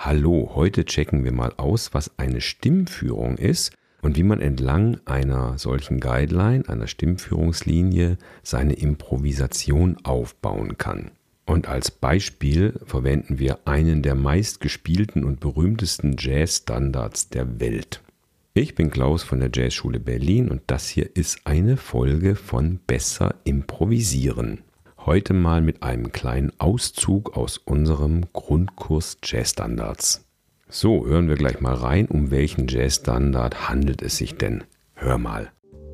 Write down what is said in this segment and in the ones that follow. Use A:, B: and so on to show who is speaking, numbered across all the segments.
A: Hallo, heute checken wir mal aus, was eine Stimmführung ist und wie man entlang einer solchen Guideline, einer Stimmführungslinie, seine Improvisation aufbauen kann. Und als Beispiel verwenden wir einen der meistgespielten und berühmtesten Jazzstandards der Welt. Ich bin Klaus von der Jazzschule Berlin und das hier ist eine Folge von Besser improvisieren. Heute mal mit einem kleinen Auszug aus unserem Grundkurs Jazzstandards. So, hören wir gleich mal rein, um welchen Jazzstandard handelt es sich denn? Hör mal.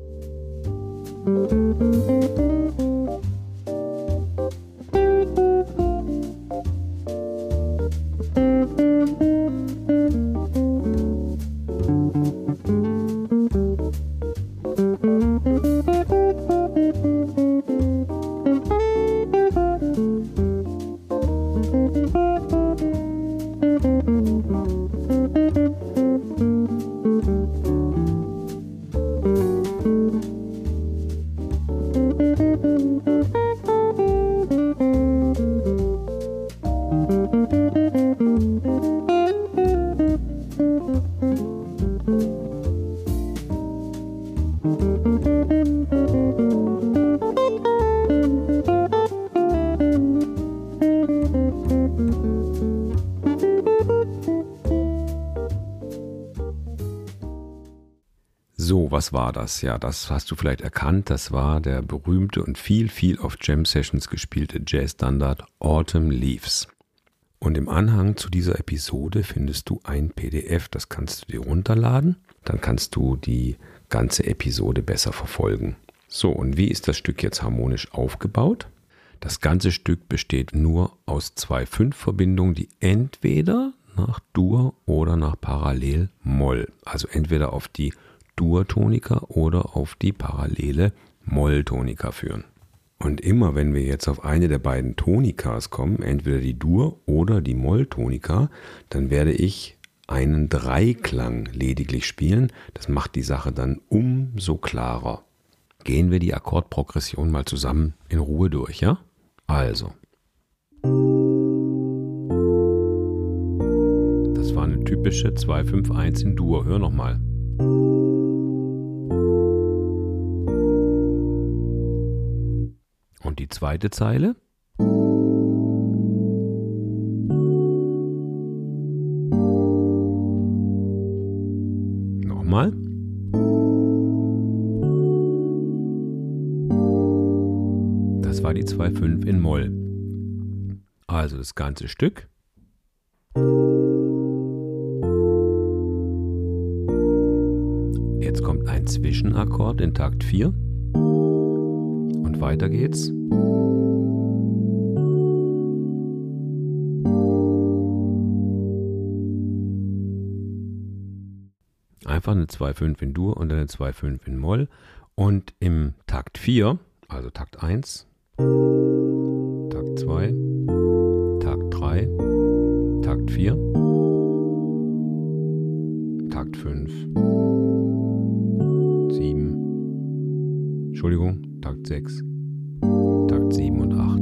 A: So, was war das? Ja, das hast du vielleicht erkannt. Das war der berühmte und viel auf Jam Sessions gespielte Jazzstandard Autumn Leaves. Und im Anhang zu dieser Episode findest du ein PDF, das kannst du dir runterladen. Dann kannst du die ganze Episode besser verfolgen. So, und wie ist das Stück jetzt harmonisch aufgebaut? Das ganze Stück besteht nur aus 2 5-Verbindungen, die entweder nach Dur oder nach Parallel-Moll, also entweder auf die Dur-Tonika oder auf die parallele Moll-Tonika führen. Und immer wenn wir jetzt auf eine der beiden Tonikas kommen, entweder die Dur- oder die Moll-Tonika, dann werde ich einen Dreiklang lediglich spielen. Das macht die Sache dann umso klarer. Gehen wir die Akkordprogression mal zusammen in Ruhe durch, ja? Also. Das war eine typische 2-5-1 in Dur. Hör nochmal. Und die zweite Zeile. Nochmal. Das war die 2-5 in Moll. Also das ganze Stück. Jetzt kommt ein Zwischenakkord in Takt 4. Und weiter geht's. Einfach eine 2-5 in Dur und eine 2-5 in Moll. Und im Takt 4, also Takt 1, Takt 2, Takt 3, Takt 4, Takt 5, 7, Takt 6, Takt 7 und 8.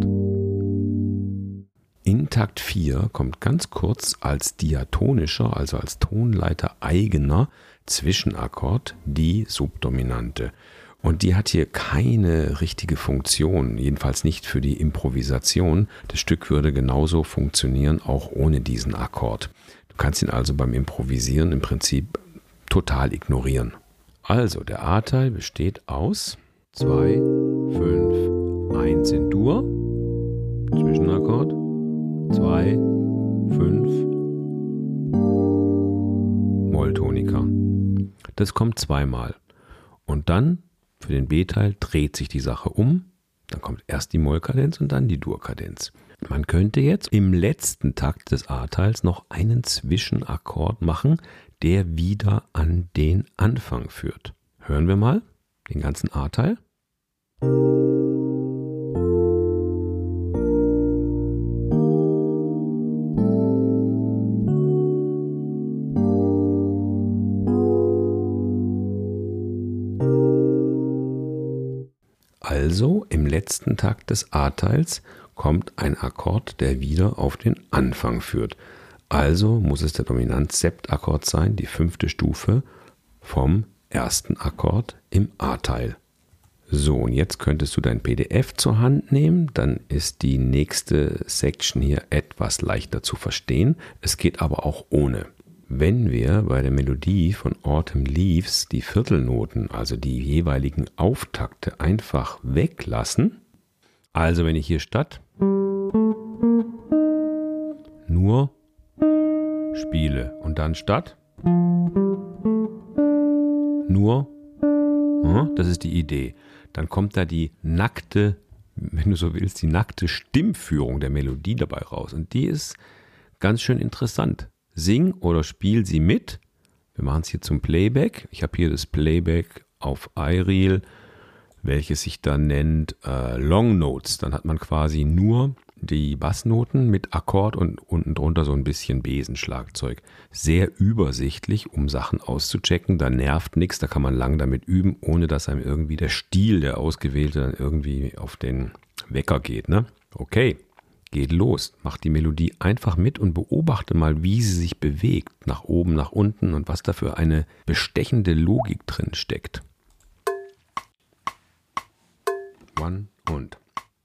A: In Takt 4 kommt ganz kurz als diatonischer, also als Tonleiter eigener Zwischenakkord die Subdominante. Und die hat hier keine richtige Funktion, jedenfalls nicht für die Improvisation. Das Stück würde genauso funktionieren, auch ohne diesen Akkord. Du kannst ihn also beim Improvisieren im Prinzip total ignorieren. Also, der A-Teil besteht aus 2, 5, 1 in Dur, Zwischenakkord, 2, 5, Molltonika. Das kommt zweimal. Und dann, für den B-Teil, dreht sich die Sache um. Dann kommt erst die Mollkadenz und dann die Dur-Kadenz. Man könnte jetzt im letzten Takt des A-Teils noch einen Zwischenakkord machen, der wieder an den Anfang führt. Hören wir mal den ganzen A-Teil. Also im letzten Takt des A-Teils kommt ein Akkord, der wieder auf den Anfang führt. Also muss es der Dominant-Septakkord sein, die 5. Stufe vom ersten Akkord im A-Teil. So, und jetzt könntest du dein PDF zur Hand nehmen, dann ist die nächste Section hier etwas leichter zu verstehen. Es geht aber auch ohne. Wenn wir bei der Melodie von Autumn Leaves die Viertelnoten, also die jeweiligen Auftakte, einfach weglassen, also wenn ich hier statt nur spiele und dann statt nur, das ist die Idee, dann kommt da die nackte, wenn du so willst, die nackte Stimmführung der Melodie dabei raus. Und die ist ganz schön interessant. Sing oder spiel sie mit. Wir machen es hier zum Playback. Ich habe hier das Playback auf iReal, welches sich dann nennt Long Notes. Dann hat man quasi nur die Bassnoten mit Akkord und unten drunter so ein bisschen Besenschlagzeug. Sehr übersichtlich, um Sachen auszuchecken. Da nervt nichts, da kann man lang damit üben, ohne dass einem irgendwie der Stil, der ausgewählte, dann irgendwie auf den Wecker geht. Ne? Okay, geht los. Mach die Melodie einfach mit und beobachte mal, wie sie sich bewegt. Nach oben, nach unten und was da für eine bestechende Logik drin steckt. One und.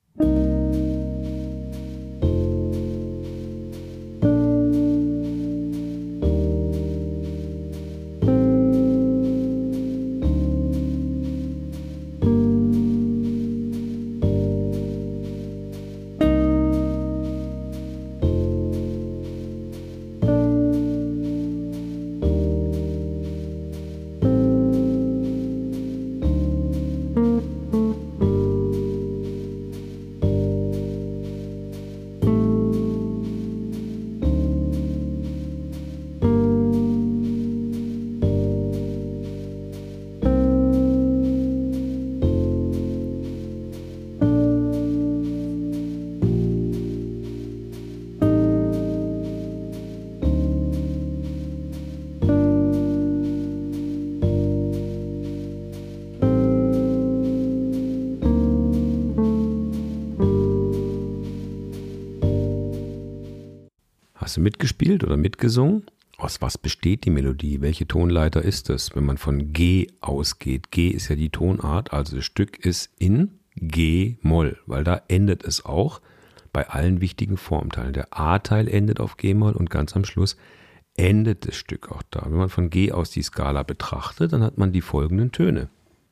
A: Hast du mitgespielt oder mitgesungen? Aus was besteht die Melodie? Welche Tonleiter ist es, wenn man von G ausgeht? G ist ja die Tonart, also das Stück ist in G-Moll, weil da endet es auch bei allen wichtigen Formteilen. Der A-Teil endet auf G-Moll und ganz am Schluss endet das Stück auch da. Wenn man von G aus die Skala betrachtet, dann hat man die folgenden Töne.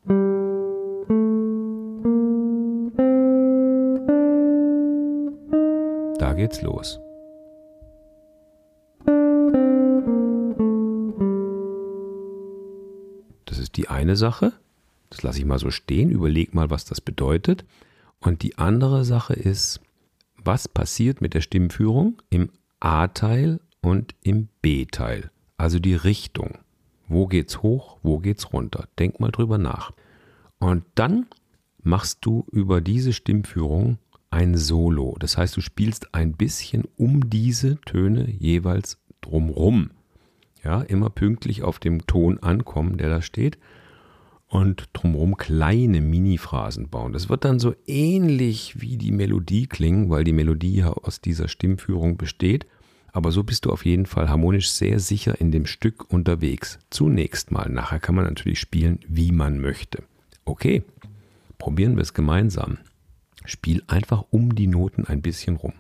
A: Da geht's los. Das ist die eine Sache. Das lasse ich mal so stehen. Überleg mal, was das bedeutet. Und die andere Sache ist, was passiert mit der Stimmführung im A-Teil und im B-Teil? Also die Richtung. Wo geht's hoch, wo geht's runter? Denk mal drüber nach. Und dann machst du über diese Stimmführung ein Solo. Das heißt, du spielst ein bisschen um diese Töne jeweils drumrum. Ja, immer pünktlich auf dem Ton ankommen, der da steht. Und drumherum kleine Mini-Phrasen bauen. Das wird dann so ähnlich wie die Melodie klingen, weil die Melodie ja aus dieser Stimmführung besteht. Aber so bist du auf jeden Fall harmonisch sehr sicher in dem Stück unterwegs. Zunächst mal. Nachher kann man natürlich spielen, wie man möchte. Okay, probieren wir es gemeinsam. Spiel einfach um die Noten ein bisschen rum.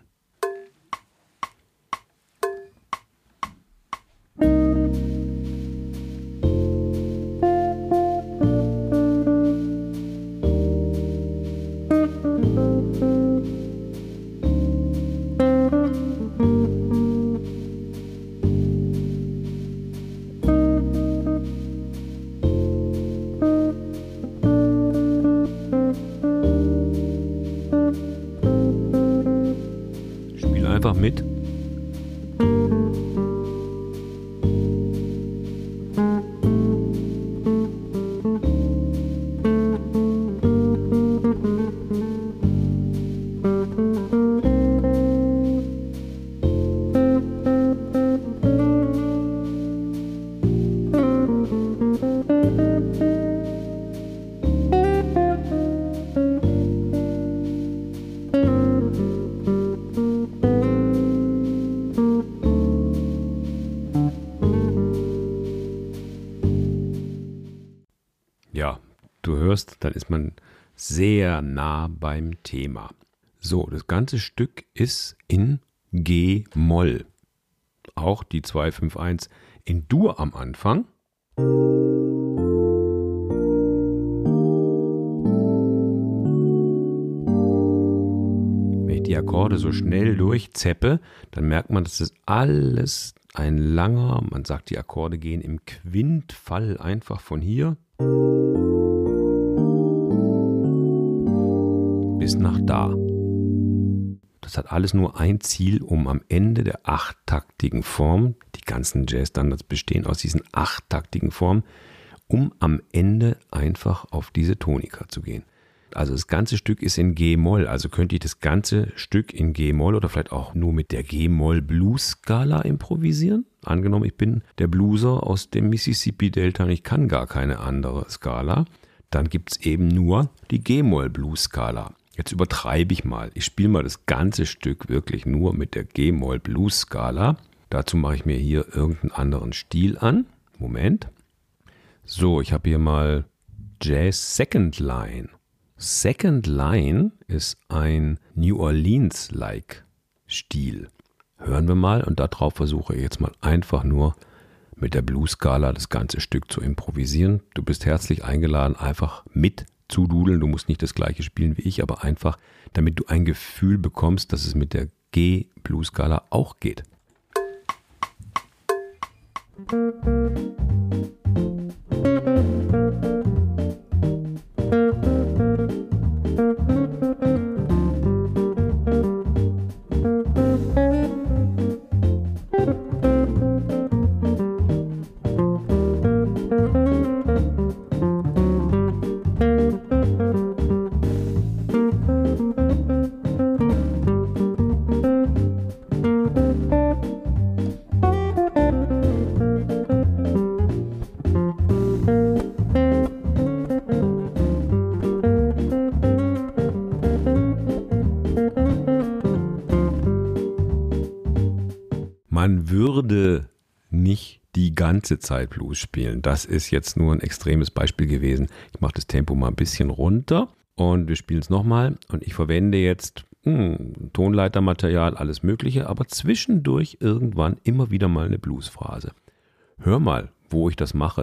A: Ja, du hörst, dann ist man sehr nah beim Thema. So, das ganze Stück ist in G-Moll. Auch die 251 in Dur am Anfang. Wenn ich die Akkorde so schnell durchzeppe, dann merkt man, dass das alles ein langer, man sagt, die Akkorde gehen im Quintfall einfach von hier bis nach da. Das hat alles nur ein Ziel, um am Ende der achttaktigen Form, die ganzen Jazz-Standards bestehen aus diesen achttaktigen Formen, um am Ende einfach auf diese Tonika zu gehen. Also das ganze Stück ist in G-Moll, also könnte ich das ganze Stück in G-Moll oder vielleicht auch nur mit der G-Moll-Blues-Skala improvisieren. Angenommen, ich bin der Blueser aus dem Mississippi-Delta und ich kann gar keine andere Skala, dann gibt es eben nur die G-Moll-Blues-Skala. Jetzt übertreibe ich mal. Ich spiele mal das ganze Stück wirklich nur mit der G-Moll-Blues-Skala. Dazu mache ich mir hier irgendeinen anderen Stil an. Moment. So, ich habe hier mal Jazz Second Line. Second Line ist ein New Orleans-like Stil. Hören wir mal und darauf versuche ich jetzt mal einfach nur mit der Blues-Skala das ganze Stück zu improvisieren. Du bist herzlich eingeladen, einfach mit zu dudeln. Du musst nicht das gleiche spielen wie ich, aber einfach, damit du ein Gefühl bekommst, dass es mit der G-Blues-Skala auch geht. Man würde nicht die ganze Zeit Blues spielen. Das ist jetzt nur ein extremes Beispiel gewesen. Ich mache das Tempo mal ein bisschen runter und wir spielen es nochmal. Und ich verwende jetzt Tonleitermaterial, alles Mögliche, aber zwischendurch irgendwann immer wieder mal eine Bluesphrase. Hör mal, wo ich das mache.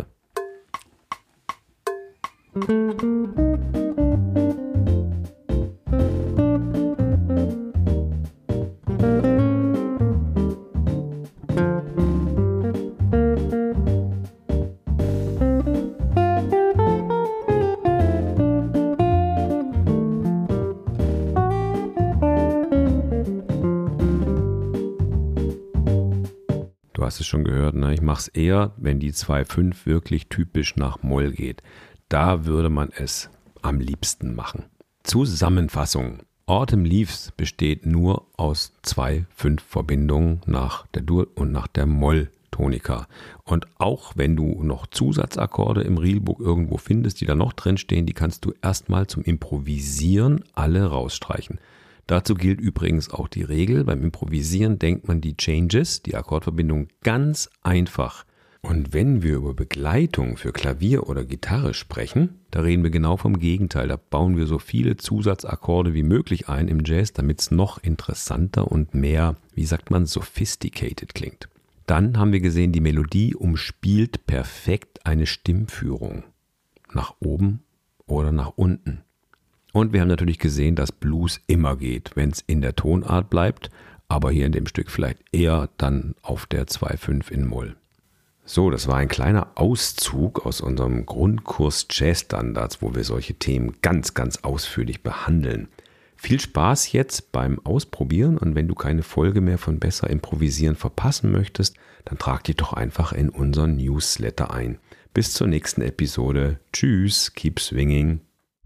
A: Du hast es schon gehört, ne? Ich mache es eher, wenn die 2,5 wirklich typisch nach Moll geht. Da würde man es am liebsten machen. Zusammenfassung. Autumn Leaves besteht nur aus 2,5-Verbindungen nach der Dur und nach der Moll-Tonika. Und auch wenn du noch Zusatzakkorde im Reelbook irgendwo findest, die da noch drin stehen, die kannst du erstmal zum Improvisieren alle rausstreichen. Dazu gilt übrigens auch die Regel, beim Improvisieren denkt man die Changes, die Akkordverbindung, ganz einfach. Und wenn wir über Begleitung für Klavier oder Gitarre sprechen, da reden wir genau vom Gegenteil. Da bauen wir so viele Zusatzakkorde wie möglich ein im Jazz, damit es noch interessanter und mehr, wie sagt man, sophisticated klingt. Dann haben wir gesehen, die Melodie umspielt perfekt eine Stimmführung. Nach oben oder nach unten. Und wir haben natürlich gesehen, dass Blues immer geht, wenn es in der Tonart bleibt, aber hier in dem Stück vielleicht eher dann auf der 2,5 in Moll. So, das war ein kleiner Auszug aus unserem Grundkurs Jazz-Standards, wo wir solche Themen ganz, ganz ausführlich behandeln. Viel Spaß jetzt beim Ausprobieren und wenn du keine Folge mehr von Besser Improvisieren verpassen möchtest, dann trag dich doch einfach in unseren Newsletter ein. Bis zur nächsten Episode. Tschüss, keep swinging.